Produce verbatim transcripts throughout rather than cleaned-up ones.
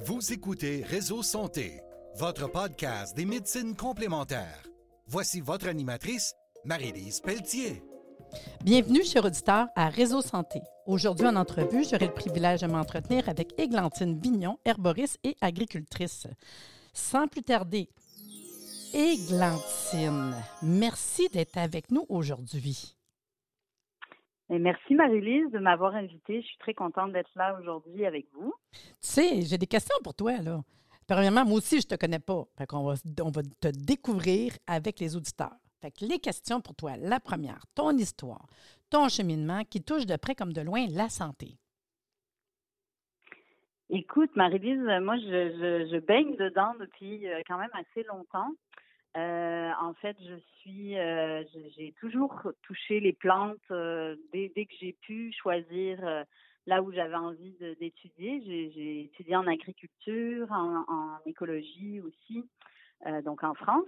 Vous écoutez Réseau Santé, votre podcast des médecines complémentaires. Voici votre animatrice, Marie-Lise Pelletier. Bienvenue, chers auditeurs, à Réseau Santé. Aujourd'hui, en entrevue, j'aurai le privilège de m'entretenir avec Églantine Vignon, herboriste et agricultrice. Sans plus tarder, Églantine, merci d'être avec nous aujourd'hui. Et merci Marie-Lise de m'avoir invitée. Je suis très contente d'être là aujourd'hui avec vous. Tu sais, j'ai des questions pour toi, là. Premièrement, moi aussi, je ne te connais pas. Fait qu'on va, on va te découvrir avec les auditeurs. Fait que les questions pour toi. La première, ton histoire, ton cheminement qui touche de près comme de loin la santé. Écoute, Marie-Lise, moi, je, je, je baigne dedans depuis quand même assez longtemps. Euh, en fait, je suis, euh, j'ai toujours touché les plantes euh, dès, dès que j'ai pu choisir euh, là où j'avais envie de, d'étudier. J'ai, j'ai étudié en agriculture, en, en écologie aussi, euh, donc en France.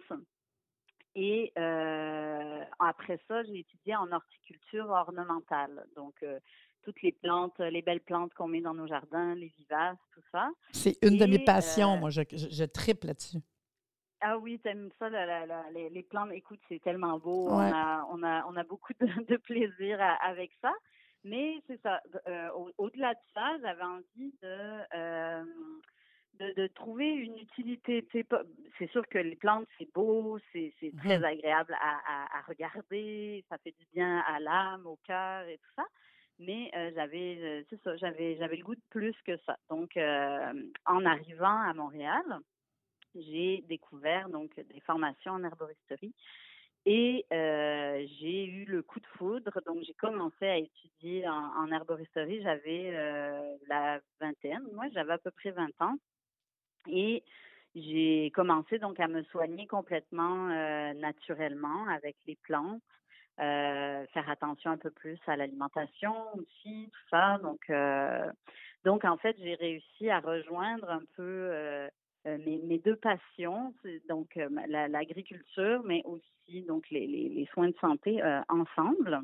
Et euh, après ça, j'ai étudié en horticulture ornementale. Donc, euh, toutes les plantes, les belles plantes qu'on met dans nos jardins, les vivaces, tout ça. C'est une Et, de mes passions. euh, Moi, je, je, je tripe là-dessus. Ah oui, t'aimes ça, la, la, la, les, les plantes. Écoute, c'est tellement beau. Ouais. On a, on a, on a beaucoup de, de plaisir à, avec ça. Mais c'est ça. Euh, au, au-delà de ça, j'avais envie de, euh, de, de trouver une utilité. C'est, pas, c'est sûr que les plantes, c'est beau, c'est, c'est très Mmh. agréable à, à, à regarder. Ça fait du bien à l'âme, au cœur et tout ça. Mais euh, j'avais, euh, c'est ça, j'avais, j'avais le goût de plus que ça. Donc, euh, en arrivant à Montréal, j'ai découvert donc des formations en herboristerie et euh, j'ai eu le coup de foudre. Donc, j'ai commencé à étudier en, en herboristerie. J'avais euh, la vingtaine. Moi, j'avais à peu près vingt ans. Et j'ai commencé donc à me soigner complètement euh, naturellement avec les plantes. Euh, faire attention un peu plus à l'alimentation aussi, tout ça. Donc, euh, donc en fait, j'ai réussi à rejoindre un peu euh, euh, mes, mes deux passions, c'est donc euh, la, l'agriculture, mais aussi donc les, les, les soins de santé euh, ensemble.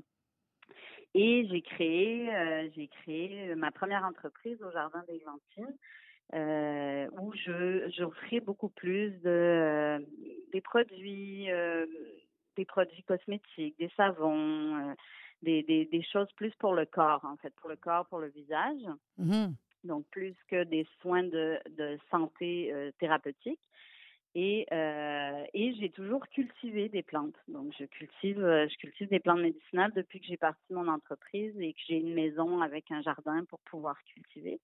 Et j'ai créé, euh, j'ai créé ma première entreprise au Jardin d'Églantine, euh, où je j'offrais beaucoup plus de euh, des produits, euh, des produits cosmétiques, des savons, euh, des, des des choses plus pour le corps en fait, pour le corps, pour le visage. Mmh. Donc plus que des soins de de santé euh, thérapeutique. Et euh, et j'ai toujours cultivé des plantes. Donc je cultive euh, je cultive des plantes médicinales depuis que j'ai parti mon entreprise et que j'ai une maison avec un jardin pour pouvoir cultiver.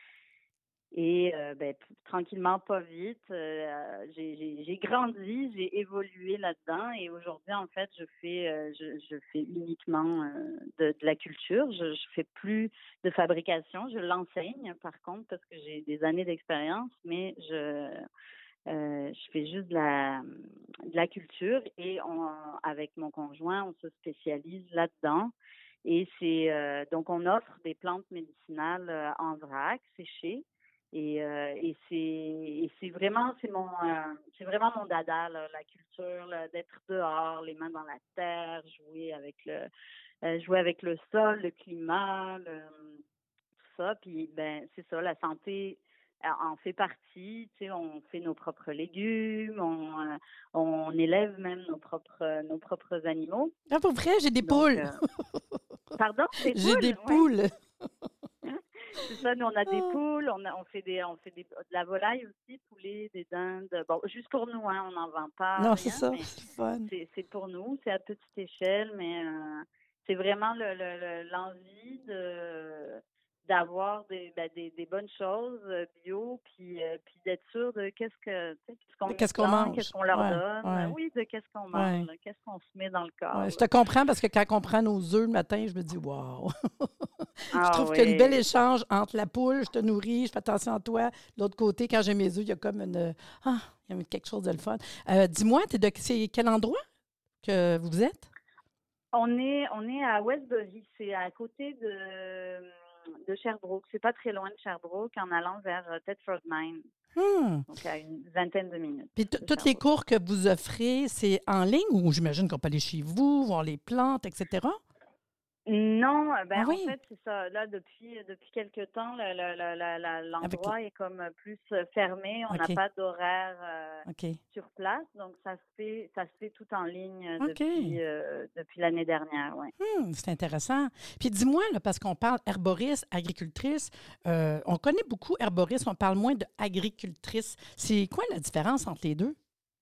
Et euh, ben, p- tranquillement, pas vite, euh, j'ai, j'ai, j'ai grandi, j'ai évolué là-dedans et aujourd'hui, en fait, je fais euh, je, je fais uniquement euh, de, de la culture. Je, je fais plus de fabrication. Je l'enseigne, par contre, parce que j'ai des années d'expérience, mais je euh, je fais juste de la de la culture et on, avec mon conjoint, on se spécialise là-dedans. Et c'est euh, donc on offre des plantes médicinales euh, en vrac, séchées. Et, euh, et c'est et c'est vraiment c'est mon euh, c'est vraiment mon dada là, la culture là, d'être dehors, les mains dans la terre, jouer avec le euh, jouer avec le sol, le climat, le, tout ça. Puis ben c'est ça, la santé euh, en fait partie. Tu sais, on fait nos propres légumes, on euh, on élève même nos propres nos propres animaux. Ah, pour vrai, j'ai des Donc poules. euh, pardon, des J'ai des poules, ouais. poules. C'est ça, nous on a des Ah. poules, on, a, on fait des, on fait des, de la volaille aussi, poulet, des dindes. Bon, juste pour nous, hein, on n'en vend pas, Non, c'est rien, ça, mais c'est fun. c'est, c'est pour nous, c'est à petite échelle, mais euh, c'est vraiment le, le, le- l'envie de d'avoir des, ben, des, des bonnes choses euh, bio, puis euh, puis d'être sûr de qu'est-ce que tu sais, qu'est-ce qu'on De met qu'est-ce qu'on dedans, qu'est-ce mange? qu'on leur Ouais, donne, ouais, oui, de qu'est-ce qu'on ouais. mange, là, qu'est-ce qu'on se met dans le corps, Ouais, je là. te comprends parce que quand on prend nos œufs le matin, je me dis wow! Je Ah trouve qu'il y a un bel oui. échange entre la poule, je te nourris, je fais attention à toi. De l'autre côté, quand j'ai mes œufs, il y a comme une. Ah, il y a quelque chose de le fun. Euh, dis-moi, t'es de c'est quel endroit que vous êtes? On est, on est à Westbury, c'est à côté de, de Sherbrooke. C'est pas très loin de Sherbrooke en allant vers euh, Thetford Mine, Hmm. donc à une vingtaine de minutes Puis t- de tous les Sherbrooke. cours que vous offrez, c'est en ligne ou j'imagine qu'on peut aller chez vous, voir les plantes, et cetera? Non, euh, ben Ah en oui? fait, c'est ça. Là, depuis depuis quelque temps, le- le- le- la- la- Avec l- l'endroit est comme euh, plus euh, fermé. On n'a OK, pas d'horaire euh, OK, sur place, donc ça se fait ça se fait tout en ligne euh, OK. depuis euh, depuis l'année dernière, ouais. Hum, c'est intéressant. Puis dis-moi, là, parce qu'on parle herboriste, agricultrice, euh, on connaît beaucoup herboriste, on parle moins d'agricultrice. C'est quoi la différence entre les deux?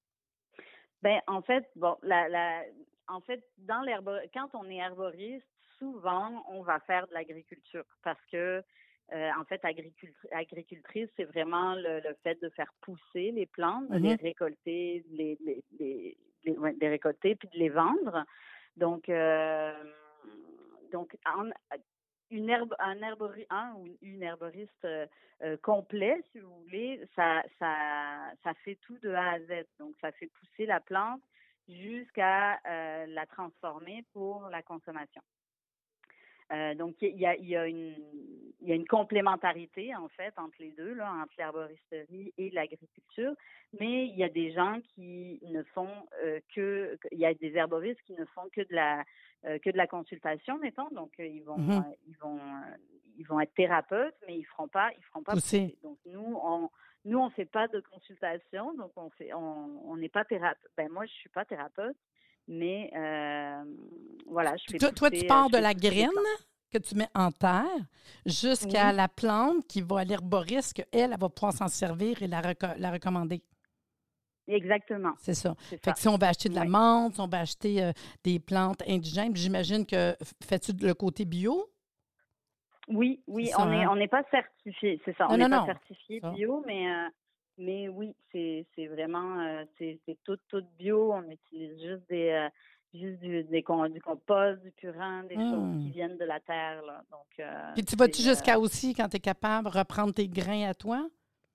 Ben en fait, bon, la, la en fait, dans l'herbo quand on est herboriste, souvent on va faire de l'agriculture parce que euh, en fait, agricultrice, agricultrice, c'est vraiment le, le fait de faire pousser les plantes, de les Mhm. récolter, de les, les, les, les- ouais, de les récolter puis de les vendre. Donc, euh, donc en- une herbe, un herbori, un ou une herboriste euh, euh, complet, si vous voulez, ça, ça, ça fait tout de A à Z. Donc, ça fait pousser la plante jusqu'à euh, la transformer pour la consommation. Euh, donc, il y a, il y, a une, il y a une complémentarité, en fait, entre les deux, là, entre l'herboristerie et l'agriculture. Mais il y a des gens qui ne font euh, que... Il y a des herboristes qui ne font que de la, euh, que de la consultation, mettons. Donc, euh, ils vont, Mhm. euh, ils vont, euh, ils vont être thérapeutes, mais ils feront pas, ils feront pas Pousser. pousser. Donc, nous, on... Nous, on fait pas de consultation, donc on fait, on, on n'est pas thérapeute. Ben moi, je suis pas thérapeute, mais euh, voilà, je fais Toi, toi, tu pousser, euh, pars je de fais la pousser des graine plantes. que tu mets en terre jusqu'à Oui, la plante qui va à l'herboriste, qu'elle, elle va pouvoir s'en servir et la, reco- la recommander. exactement, C'est ça. c'est Fait ça. que si on va acheter de la Oui, menthe, si on va acheter euh, des plantes indigènes, j'imagine que f- fais-tu le côté bio? oui, C'est oui, ça, on est hein? on n'est pas certifié, c'est ça, on Non, n'est non, pas non. certifié Ça. bio, mais euh, mais oui, c'est c'est vraiment euh, c'est c'est tout tout bio. On utilise juste des euh, juste du des com- du compost, du purin, des choses qui Hum. viennent de la terre là. Donc euh, Puis tu vas-tu c'est euh, jusqu'à aussi, quand tu es capable, reprendre tes grains à toi?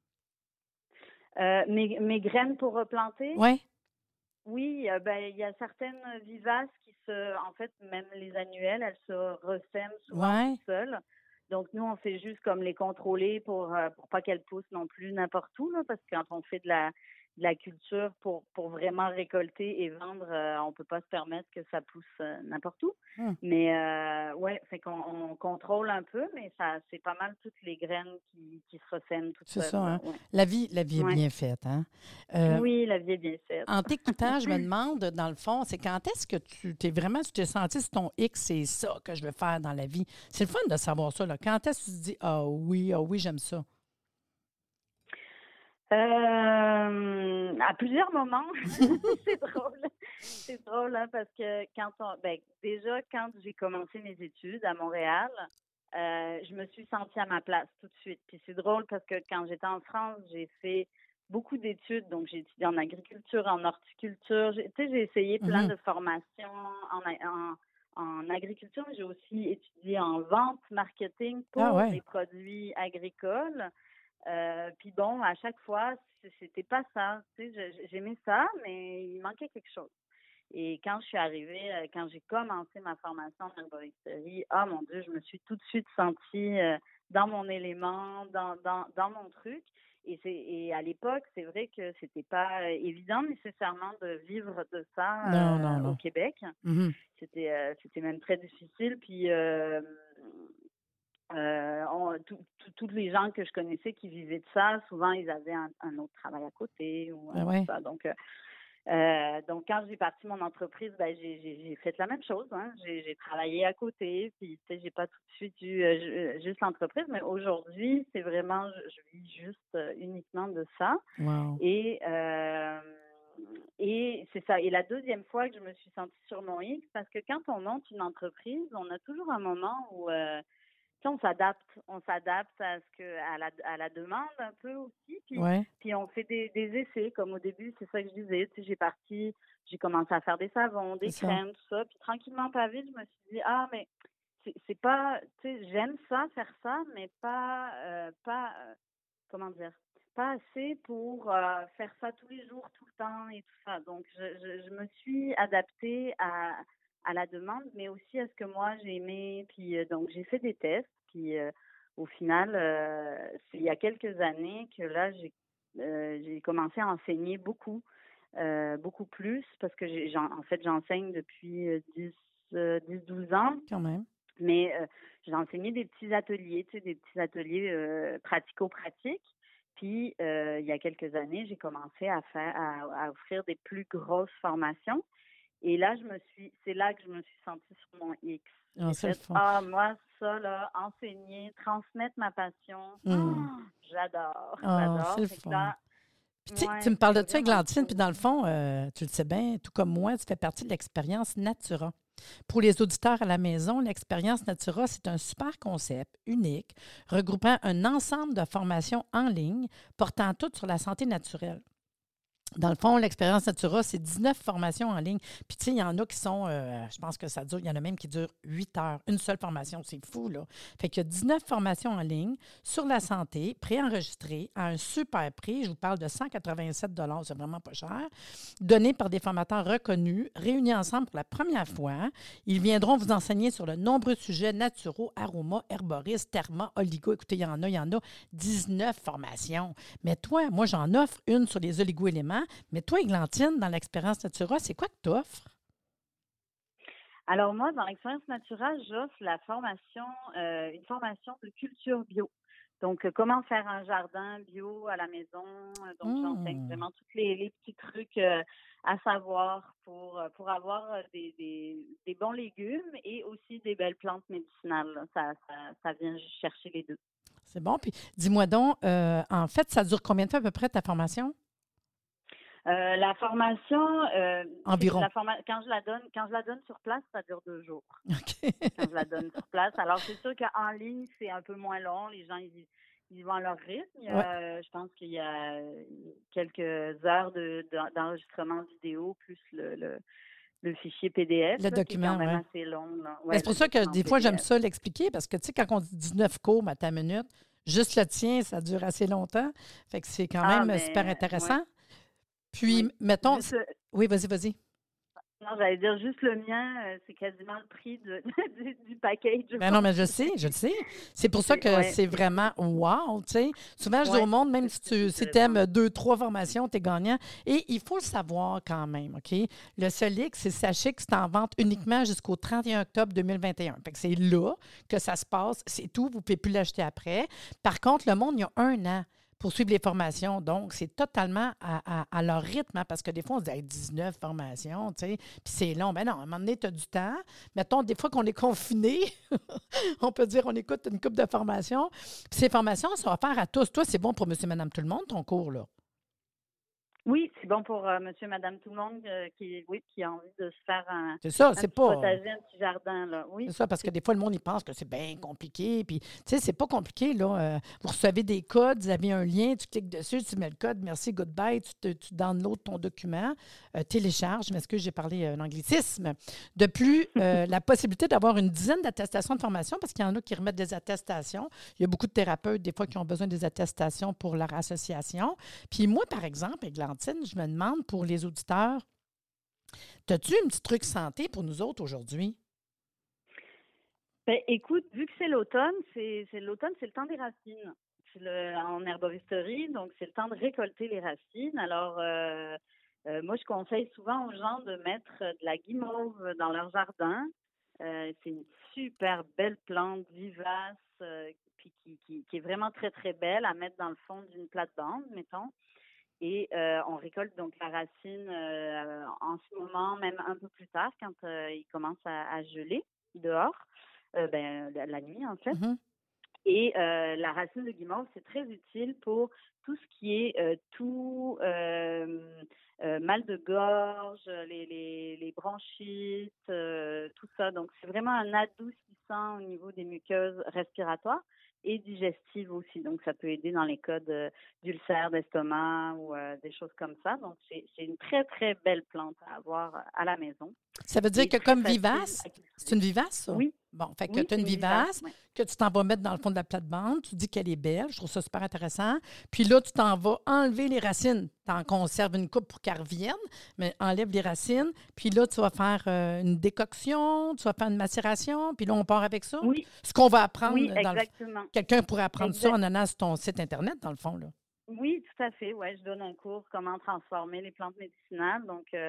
euh, mes mes graines pour replanter. Oui? Oui, euh, ben il y a certaines vivaces qui se, en fait, même les annuelles, elles se ressèment souvent Oui? toutes seules. Donc nous, on fait juste comme les contrôler pour euh, pour pas qu'elles poussent non plus n'importe où là, parce que quand on fait de la de la culture pour pour vraiment récolter et vendre, euh, on peut pas se permettre que ça pousse euh, n'importe où. Hum. Mais euh, ouais, fait qu'on on contrôle un peu, mais ça c'est pas mal toutes les graines qui qui se ressèment toutes C'est ça, seules là. hein? Ouais. La vie, la vie est Ouais. bien faite, hein? Euh, Oui, la vie est bien faite. En t'écoutant, je me demande, dans le fond, c'est quand est-ce que tu t'es vraiment, tu t'es senti sur ton X, c'est ça que je veux faire dans la vie. C'est le fun de savoir ça, là. Quand est-ce que tu te dis, ah oui, ah oui, j'aime ça. Euh, à plusieurs moments, c'est drôle. C'est drôle, hein, parce que quand on, ben, déjà, quand j'ai commencé mes études à Montréal, euh, je me suis sentie à ma place tout de suite. Puis c'est drôle parce que quand j'étais en France, j'ai fait beaucoup d'études. Donc, j'ai étudié en agriculture, en horticulture. J'ai- Tu sais, j'ai essayé plein Mhm. de formations en, a- en, en agriculture. J'ai aussi étudié en vente, marketing Ah pour ouais, des produits agricoles. Euh, puis bon, à chaque fois, c- c'était pas ça. Tu sais, je- j'aimais ça, mais il manquait quelque chose. Et quand je suis arrivée, euh, quand j'ai commencé ma formation en herboristerie, ah mon Dieu, je me suis tout de suite sentie euh, dans mon élément, dans, dans, dans mon truc. Et c'est et à l'époque, c'est vrai que c'était pas euh, évident nécessairement de vivre de non, ça non, euh, au non. Québec. Mhm. C'était euh, c'était même très difficile. Puis euh, euh, on- tout- tout- tous les gens que je connaissais qui vivaient de ça, souvent ils avaient un, un autre travail à côté ou Ben euh, tout ouais, ça. Donc, euh, euh, donc quand j'ai parti mon entreprise, ben j'ai j'ai- j'ai fait la même chose. Hein. J'ai j'ai travaillé à côté, puis tu sais, j'ai pas tout de suite eu euh, ju- euh, juste l'entreprise, mais aujourd'hui c'est vraiment, je, je vis juste euh, uniquement de ça. wow. Et euh, et c'est ça. Et la deuxième fois que je me suis sentie sur mon X, parce que quand on monte une entreprise, on a toujours un moment où euh, tu sais, on s'adapte, on s'adapte à ce que à la à la demande un peu aussi, puis Ouais, puis on fait des, des essais comme au début, c'est ça que je disais, tu sais, j'ai parti, j'ai commencé à faire des savons, c'est des ça. crèmes, tout ça, puis tranquillement pas vite, je me suis dit ah mais c'est c'est pas, tu sais, j'aime ça faire ça, mais pas euh, pas euh, comment dire, pas assez pour euh, faire ça tous les jours, tout le temps et tout ça. Donc je je, je me suis adaptée à à la demande, mais aussi à ce que moi j'aimais. Puis euh, donc j'ai fait des tests. Puis euh, au final, euh, c'est il y a quelques années que là j'ai euh, j'ai commencé à enseigner beaucoup, euh, beaucoup plus parce que j'ai j'en- en fait j'enseigne depuis euh, dix, euh, dix douze ans. Quand même. Mais euh, j'ai enseigné des petits ateliers, tu sais, des petits ateliers euh, pratico-pratiques. Puis, euh, il y a quelques années, j'ai commencé à faire, à, à offrir des plus grosses formations. Et là, je me suis, c'est là que je me suis sentie sur mon X. Ah, J'ai c'est le fait, fun. ah, moi, ça, là, enseigner, transmettre ma passion, Mm. ah, j'adore, Ah, j'adore. c'est le Fait que fun. là, Puis tu sais, tu ouais, me parles c'est de ça, vraiment Églantine, puis cool. dans le fond, euh, tu le sais bien, tout comme moi, tu fais partie de l'expérience Natura. Pour les auditeurs à la maison, l'expérience Natura, c'est un super concept unique regroupant un ensemble de formations en ligne portant toutes sur la santé naturelle. Dans le fond, l'expérience Natura, c'est dix-neuf formations en ligne. Puis, tu sais, il y en a qui sont, euh, je pense que ça dure, il y en a même qui durent huit heures. Une seule formation, c'est fou, là. Fait qu'il y a dix-neuf formations en ligne sur la santé, préenregistrées à un super prix. Je vous parle de cent quatre-vingt-sept dollars, c'est vraiment pas cher. Données par des formateurs reconnus, réunis ensemble pour la première fois. Ils viendront vous enseigner sur de nombreux sujets naturaux, aromas, herboristes, therma, oligo. Écoutez, il y en a, il y en a dix-neuf formations. Mais toi, moi, j'en offre une sur les oligo-éléments. Mais toi, Églantine, dans l'expérience Natura, c'est quoi que tu offres? Alors moi, dans l'expérience Natura, j'offre la formation, euh, une formation de culture bio. Donc, euh, comment faire un jardin bio à la maison. Donc, mmh. j'enseigne vraiment tous les, les petits trucs euh, à savoir pour, pour avoir des, des, des bons légumes et aussi des belles plantes médicinales. Ça, ça, ça vient chercher les deux. C'est bon. Puis, dis-moi donc, euh, en fait, ça dure combien de temps à peu près ta formation? Euh, la formation, euh, environ. La forma- quand je la donne, quand je la donne sur place, ça dure deux jours. OK. Quand je la donne sur place. Alors c'est sûr qu'en ligne, c'est un peu moins long. Les gens ils, ils vont à leur rythme. Il y a, ouais. Je pense qu'il y a quelques heures de, de, d'enregistrement vidéo plus le, le, le fichier P D F. Le là, document, qui est quand même ouais. assez long. Là. Ouais, c'est pour ça que des fois, j'aime ça l'expliquer parce que tu sais, quand on dit dix-neuf cours à ta minute, juste le tien, ça dure assez longtemps. Fait que c'est quand même ah, mais, super intéressant. Ouais. Puis, oui. mettons... Juste, oui, vas-y, vas-y. Non, j'allais dire juste le mien, euh, c'est quasiment le prix de, du, du package. Ben non, mais je sais, je le sais. C'est pour ça que ouais, c'est vraiment wow, tu sais. Souvent, je ouais, dis au monde, même si tu si aimes deux, trois formations, tu es gagnant. Et il faut le savoir quand même, OK? Le Solix, c'est sachez que c'est en vente uniquement jusqu'au trente et un octobre deux mille vingt et un. Fait que c'est là que ça se passe. C'est tout. Vous ne pouvez plus l'acheter après. Par contre, le monde, il y a un an pour suivre les formations. Donc, c'est totalement à, à, à leur rythme, hein, parce que des fois, on se dit hey, dix-neuf formations, tu sais, puis c'est long. Ben non, à un moment donné, tu as du temps. Mettons, des fois qu'on est confiné, on peut dire on écoute une couple de formations. Puis ces formations, ça va faire à tous. Toi, c'est bon pour monsieur, madame, tout le monde, ton cours, là? Oui, c'est bon pour euh, monsieur, madame, tout le monde euh, qui, oui, qui a envie de se faire un, c'est ça, un c'est petit pas... potager, un petit jardin. Là. Oui. C'est ça, parce que des fois, le monde, il pense que c'est bien compliqué. Puis, tu sais, c'est pas compliqué, là. Euh, vous recevez des codes, vous avez un lien, tu cliques dessus, tu mets le code, merci, goodbye, tu, te, tu downloads ton document, euh, télécharge, je m'excuse, j'ai parlé euh, l'anglicisme. De plus, euh, la possibilité d'avoir une dizaine d'attestations de formation, parce qu'il y en a qui remettent des attestations. Il y a beaucoup de thérapeutes, des fois, qui ont besoin des attestations pour leur association. Puis moi, par exemple, Églantine, je me demande pour les auditeurs, as-tu un petit truc santé pour nous autres aujourd'hui? Ben, écoute, vu que c'est l'automne, c'est, c'est l'automne, c'est le temps des racines. C'est le, en herboristerie, donc c'est le temps de récolter les racines. Alors, euh, euh, moi, je conseille souvent aux gens de mettre de la guimauve dans leur jardin. Euh, c'est une super belle plante vivace, euh, puis qui, qui, qui est vraiment très, très belle à mettre dans le fond d'une plate-bande, mettons. Et euh, on récolte donc la racine euh, en ce moment, même un peu plus tard, quand euh, il commence à, à geler dehors, euh, ben, la, la nuit en fait. Mm-hmm. Et euh, la racine de guimauve, c'est très utile pour tout ce qui est euh, tout euh, euh, mal de gorge, les, les, les bronchites, euh, tout ça. Donc, c'est vraiment un adoucissant au niveau des muqueuses respiratoires et digestives aussi. Donc, ça peut aider dans les cas de, d'ulcères d'estomac ou euh, des choses comme ça. Donc, c'est, c'est une très, très belle plante à avoir à la maison. Ça veut dire que comme vivace, c'est une vivace, ça? Oui. Bon, fait que oui, tu as une vivace, vivace oui. que tu t'en vas mettre dans le fond de la plate-bande, tu dis qu'elle est belle, je trouve ça super intéressant. Puis là, tu t'en vas enlever les racines. Tu en conserves une coupe pour qu'elle revienne, mais enlève les racines. Puis là, tu vas faire euh, une décoction, tu vas faire une macération, puis là, on part avec ça. Oui. Ce qu'on va apprendre. Oui, dans exactement. Le... Quelqu'un pourrait apprendre exact. ça en allant sur ton site Internet, dans le fond, là. Oui, tout à fait. Ouais, je donne un cours comment transformer les plantes médicinales. Donc, euh,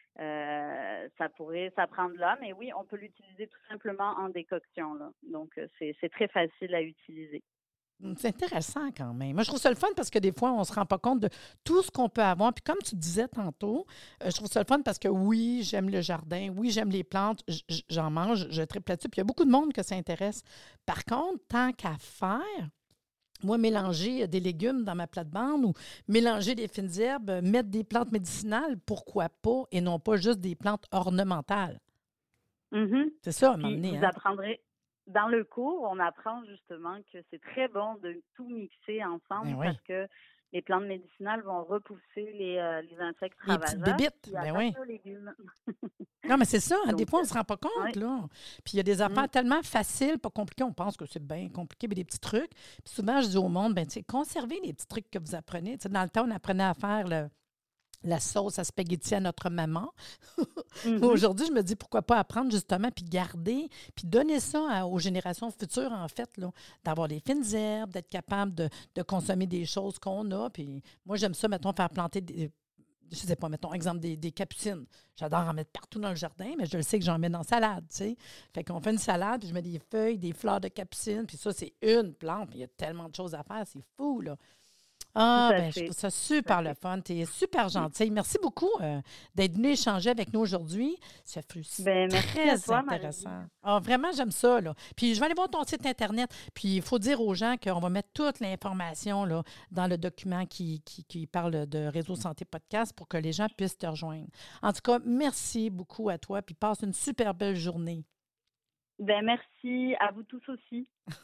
euh, ça pourrait s'apprendre là. Mais oui, on peut l'utiliser tout simplement en décoction, là. Donc, euh, c'est, c'est très facile à utiliser. C'est intéressant quand même. Moi, je trouve ça le fun parce que des fois, on ne se rend pas compte de tout ce qu'on peut avoir. Puis comme tu disais tantôt, euh, je trouve ça le fun parce que oui, j'aime le jardin, oui, j'aime les plantes, j- j- j'en mange, je tripe là-dessus. Puis il y a beaucoup de monde que ça intéresse. Par contre, tant qu'à faire, moi, mélanger des légumes dans ma plate-bande ou mélanger des fines herbes, mettre des plantes médicinales, pourquoi pas, et non pas juste des plantes ornementales. Mm-hmm. C'est ça, à un Puis moment donné. vous Hein? apprendrez, dans le cours, on apprend justement que c'est très bon de tout mixer ensemble Ben oui. parce que les plantes médicinales vont repousser les, euh, les insectes Les petites ravageurs bébites, qui ben attaquent oui. nos légumes. Non, mais c'est ça. hein, des Donc, fois, on ne se rend pas compte, oui. là. Puis il y a des affaires Mm. tellement faciles, pas compliquées. On pense que c'est bien compliqué, mais des petits trucs. Puis souvent, je dis au monde, ben, tu sais, conservez les petits trucs que vous apprenez. Tu sais, dans le temps, on apprenait à faire le- la sauce à spaghetti à notre maman. Mhm. Aujourd'hui, je me dis, pourquoi pas apprendre justement, puis garder, puis donner ça à- aux générations futures, en fait, là, d'avoir les fines herbes, d'être capable de, de consommer des choses qu'on a. Puis moi, j'aime ça, mettons, faire planter des, je sais pas, mettons, exemple, des, des capucines. J'adore en mettre partout dans le jardin, mais je le sais que j'en mets dans la salade, tu sais. Fait qu'on fait une salade, puis je mets des feuilles, des fleurs de capucine, puis ça, c'est une plante. Il y a tellement de choses à faire, c'est fou, là. Ah, Tout à ben, je fait. trouve ça super le fun. Tu es super gentille. Merci beaucoup euh, d'être venue échanger avec nous aujourd'hui. Ça fut Ben, merci très à toi, intéressant. Marie. Ah, vraiment, j'aime ça. Là. Puis je vais aller voir ton site Internet. Puis il faut dire aux gens qu'on va mettre toute l'information là, dans le document qui, qui, qui parle de Réseau Santé Podcast pour que les gens puissent te rejoindre. En tout cas, merci beaucoup à toi. Puis passe une super belle journée. Ben, merci à vous tous aussi.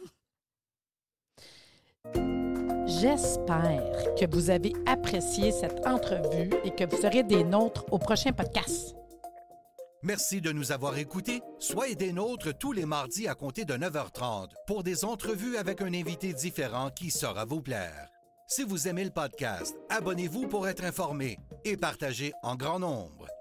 J'espère que vous avez apprécié cette entrevue et que vous serez des nôtres au prochain podcast. Merci de nous avoir écoutés. Soyez des nôtres tous les mardis à compter de neuf heures trente pour des entrevues avec un invité différent qui saura vous plaire. Si vous aimez le podcast, abonnez-vous pour être informé et partagez en grand nombre.